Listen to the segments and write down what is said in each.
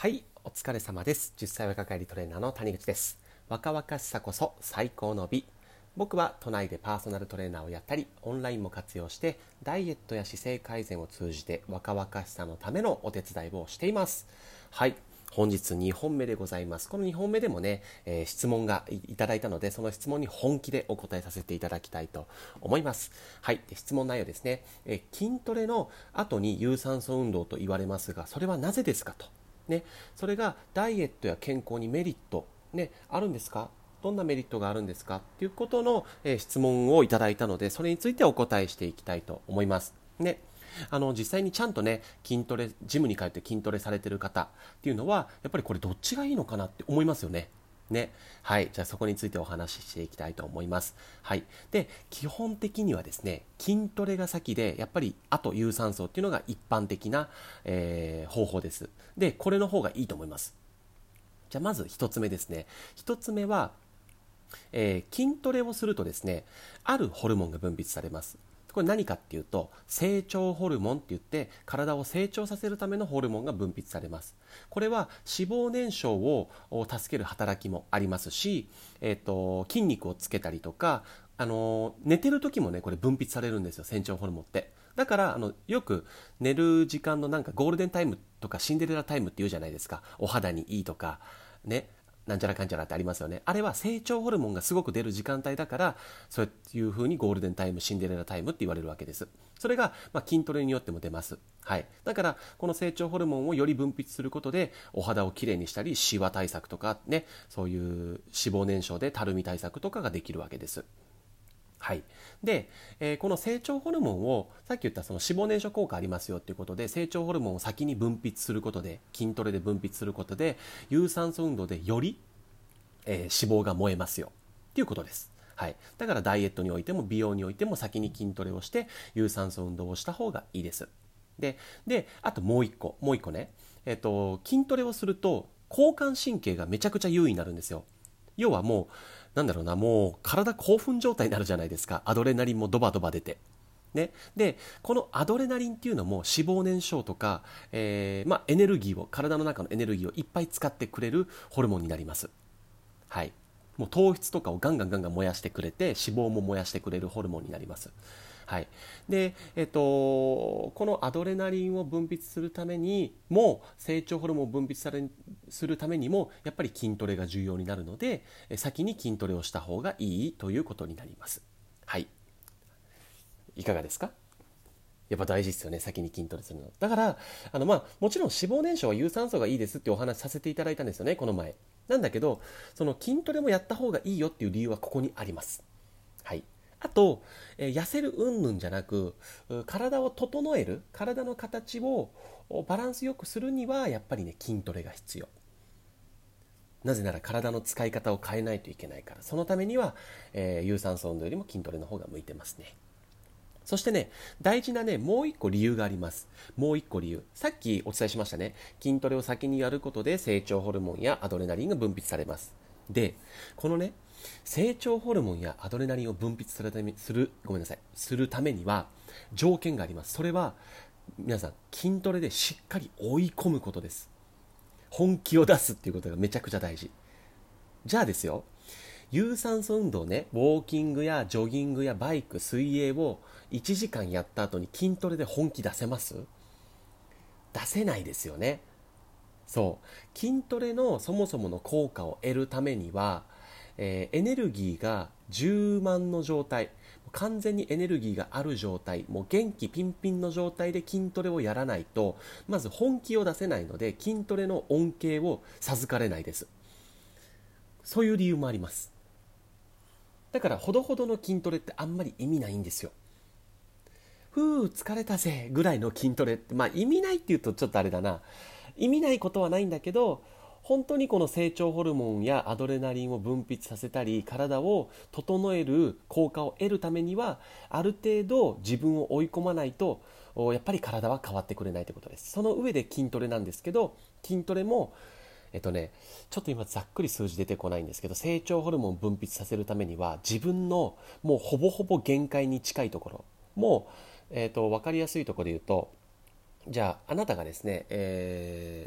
はい、お疲れ様です。10歳若返りトレーナーの谷口です。若々しさこそ最高の美。僕は都内でパーソナルトレーナーをやったり、オンラインも活用してダイエットや姿勢改善を通じて若々しさのためのお手伝いをしています。はい、本日2本目でございます。この2本目でもね、質問がいただいたので、その質問に本気でお答えさせていただきたいと思います。はい、で質問内容ですね、筋トレの後に有酸素運動と言われますが、それはなぜですかと。ね、それがダイエットや健康にメリット、ね、あるんですか、どんなメリットがあるんですかっていうことの、質問をいただいたので、それについてお答えしていきたいと思います。ね、実際にちゃんとね、筋トレ、ジムに通って筋トレされてる方っていうのは、やっぱりこれどっちがいいのかなって思いますよね。ね。はい。じゃあそこについてお話ししていきたいと思います。はい。で、基本的にはですね、筋トレが先で、やっぱりあと有酸素っていうのが一般的な、方法です。で、これの方がいいと思います。じゃあまず一つ目ですね。一つ目は、筋トレをするとですね、あるホルモンが分泌されます。これ何かっていうと、成長ホルモンって言って体を成長させるためのホルモンが分泌されます。これは脂肪燃焼を助ける働きもありますし、筋肉をつけたりとか、寝てる時もね、これ分泌されるんですよ、成長ホルモンって。だからよく寝る時間のなんかゴールデンタイムとかシンデレラタイムって言うじゃないですか。お肌にいいとかね、なんちゃらかんちゃらってありますよね。あれは成長ホルモンがすごく出る時間帯だから、そういう風にゴールデンタイム、シンデレラタイムって言われるわけです。それが、筋トレによっても出ます。はい。だから、この成長ホルモンをより分泌することで、お肌をきれいにしたり、シワ対策とかね、そういう脂肪燃焼でたるみ対策とかができるわけです。はい。で、この成長ホルモンを、さっき言ったその脂肪燃焼効果ありますよっていうことで、成長ホルモンを先に分泌することで、筋トレで分泌することで、有酸素運動でより、脂肪が燃えますよっていうことです。はい。だからダイエットにおいても美容においても先に筋トレをして有酸素運動をした方がいいです。で、あともう一個ね、筋トレをすると交感神経がめちゃくちゃ優位になるんですよ。要はもう、なんだろうな、もう体興奮状態になるじゃないですか。アドレナリンもドバドバ出て。ね、でこのアドレナリンっていうのも脂肪燃焼とか、エネルギーを体の中のエネルギーをいっぱい使ってくれるホルモンになります。はい、もう糖質とかをガンガンガンガン燃やしてくれて脂肪も燃やしてくれるホルモンになります。はい、で、このアドレナリンを分泌するためにも成長ホルモンを分泌するためにもやっぱり筋トレが重要になるので、先に筋トレをした方がいいということになります。はい、いかがですか？やっぱ大事ですよね、先に筋トレするの。だからもちろん脂肪燃焼は有酸素がいいですってお話しさせていただいたんですよね、この前。なんだけど、その筋トレもやった方がいいよっていう理由はここにあります。はい。あと、痩せる云々じゃなく、体を整える、体の形をバランスよくするにはやっぱりね、筋トレが必要。なぜなら体の使い方を変えないといけないから。そのためには、有酸素運動よりも筋トレの方が向いてますね。そしてね、大事なね、もう一個理由があります。もう一個理由。さっきお伝えしましたね。筋トレを先にやることで成長ホルモンやアドレナリンが分泌されます。で、このね、成長ホルモンやアドレナリンを分泌するためには条件があります。それは、皆さん、筋トレでしっかり追い込むことです。本気を出すっていうことがめちゃくちゃ大事。じゃあですよ、有酸素運動ね、ウォーキングやジョギングやバイク、水泳を1時間やった後に筋トレで本気出せます？出せないですよね。そう。筋トレのそもそもの効果を得るためには、エネルギーが充満の状態、完全にエネルギーがある状態、もう元気ピンピンの状態で筋トレをやらないと、まず本気を出せないので、筋トレの恩恵を授かれないです。そういう理由もあります。だからほどほどの筋トレってあんまり意味ないんですよ。ふう疲れたぜぐらいの筋トレって、意味ないって言うとちょっとあれだな。意味ないことはないんだけど、本当にこの成長ホルモンやアドレナリンを分泌させたり体を整える効果を得るためにはある程度自分を追い込まないとやっぱり体は変わってくれないということです。その上で筋トレなんですけど、筋トレもちょっと今ざっくり数字出てこないんですけど、成長ホルモンを分泌させるためには自分のもうほぼほぼ限界に近いところも分かりやすいところで言うと、じゃああなたがですね、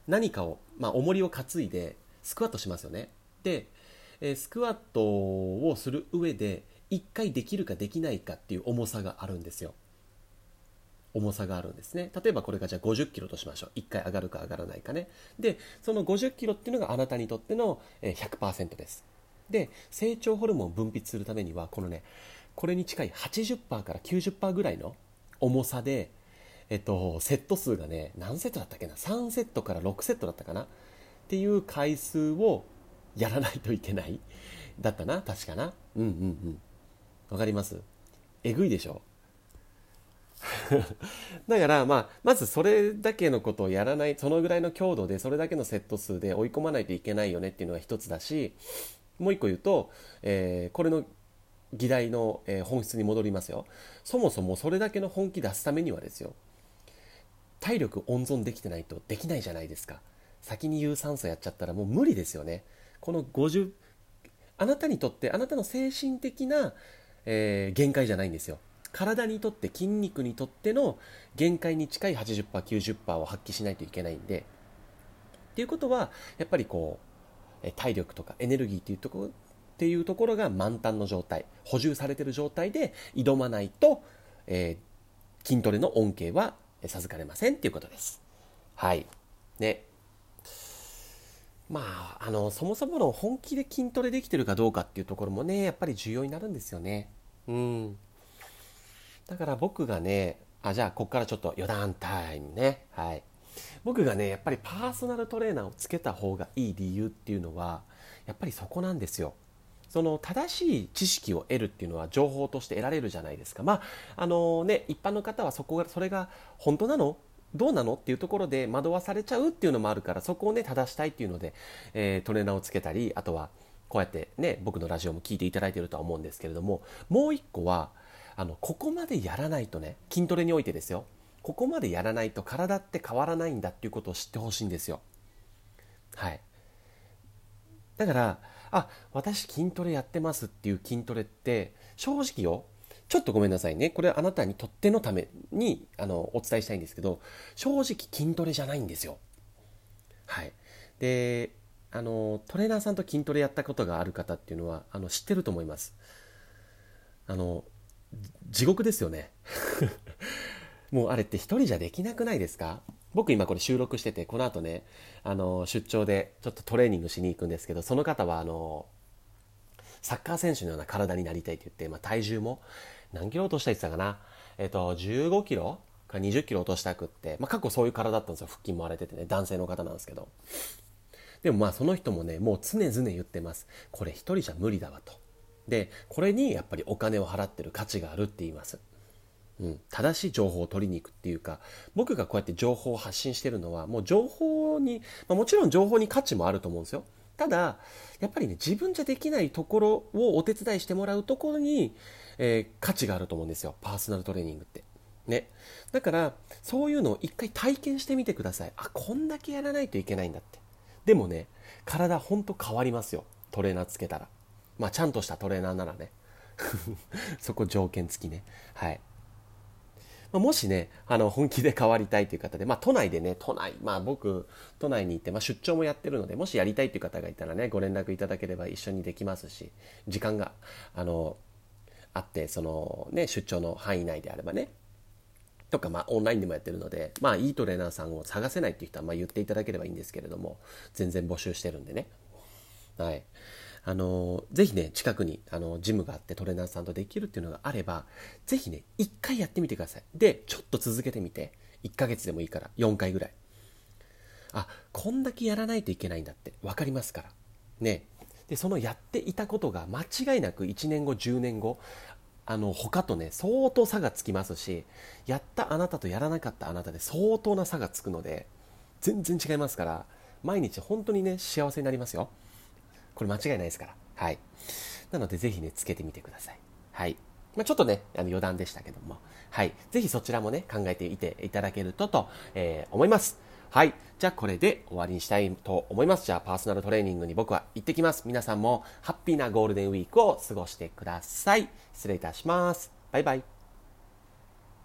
何かを、重りを担いでスクワットしますよね。で、スクワットをする上で1回できるかできないかっていう重さがあるんですよ。重さがあるんですね。例えばこれがじゃあ50キロとしましょう。1回上がるか上がらないかね。で、その50キロっていうのがあなたにとっての 100% です。で、成長ホルモンを分泌するためには、これに近い 80% から 90% ぐらいの重さで、セット数がね、何セットだったっけな、3セットから6セットだったかなっていう回数をやらないといけないだったな、確かな。わかります？えぐいでしょ？だから、まずそれだけのことをやらない、そのぐらいの強度でそれだけのセット数で追い込まないといけないよねっていうのが一つだし、もう一個言うと、これの議題の、本質に戻りますよ。そもそもそれだけの本気出すためにはですよ、体力温存できてないとできないじゃないですか。先に有酸素やっちゃったらもう無理ですよね。この50、あなたにとってあなたの精神的な、限界じゃないんですよ。体にとって、筋肉にとっての限界に近い 80%、90% を発揮しないといけないんで、っていうことはやっぱり体力とかエネルギーっていうところが満タンの状態、補充されている状態で挑まないと、筋トレの恩恵は授かれませんっていうことです。はいね。そもそもの本気で筋トレできてるかどうかっていうところもね、やっぱり重要になるんですよね。だから僕がね、じゃあここからちょっと余談タイムね。はい。僕がね、やっぱりパーソナルトレーナーをつけた方がいい理由っていうのは、やっぱりそこなんですよ。その正しい知識を得るっていうのは情報として得られるじゃないですか。一般の方はそれが本当なのどうなのっていうところで惑わされちゃうっていうのもあるから、そこをね正したいっていうので、トレーナーをつけたり、あとはこうやってね僕のラジオも聞いていただいているとは思うんですけれども、もう一個はここまでやらないとね、筋トレにおいてですよ、ここまでやらないと体って変わらないんだっていうことを知ってほしいんですよ。はい。だから私筋トレやってますっていう筋トレって正直よ、ちょっとごめんなさいね、これあなたにとってのためにお伝えしたいんですけど、正直筋トレじゃないんですよ。はい。で、トレーナーさんと筋トレやったことがある方っていうのは知ってると思います。あの地獄ですよね。もうあれって一人じゃできなくないですか？僕今これ収録してて、この後ね出張でちょっとトレーニングしに行くんですけど、その方はサッカー選手のような体になりたいって言って、体重も何キロ落としたいって言ってたかな、15キロか20キロ落としたくって、過去そういう体だったんですよ。腹筋も荒れててね、男性の方なんですけど、でもその人もね、もう常々言ってます。これ一人じゃ無理だわと。でこれにやっぱりお金を払ってる価値があるって言います。正しい情報を取りに行くっていうか、僕がこうやって情報を発信してるのはもう情報に、もちろん情報に価値もあると思うんですよ。ただやっぱりね、自分じゃできないところをお手伝いしてもらうところに、価値があると思うんですよ、パーソナルトレーニングってね。だからそういうのを一回体験してみてください。こんだけやらないといけないんだって。でもね、体ほんと変わりますよ、トレーナーつけたら。ちゃんとしたトレーナーならね。そこ条件付きね。はい。もしね、本気で変わりたいという方で、都内でね、僕、都内に行って、出張もやってるので、もしやりたいという方がいたらね、ご連絡いただければ一緒にできますし、時間が、あって、出張の範囲内であればね、とか、オンラインでもやってるので、いいトレーナーさんを探せないっていう人は、言っていただければいいんですけれども、全然募集してるんでね。はい。ぜひね、近くにジムがあってトレーナーさんとできるっていうのがあれば、ぜひね、1回やってみてください。で、ちょっと続けてみて、1ヶ月でもいいから4回ぐらい。こんだけやらないといけないんだって分かりますからね。でそのやっていたことが間違いなく1年後10年後他とね相当差がつきますし、やったあなたとやらなかったあなたで相当な差がつくので、全然違いますから、毎日本当にね幸せになりますよ。これ間違いないですから。はい。なのでぜひねつけてみてください。はい。ちょっとね余談でしたけども、はい。ぜひそちらもね考えてみていただけると思います。はい。じゃあこれで終わりにしたいと思います。じゃあパーソナルトレーニングに僕は行ってきます。皆さんもハッピーなゴールデンウィークを過ごしてください。失礼いたします。バイバイ。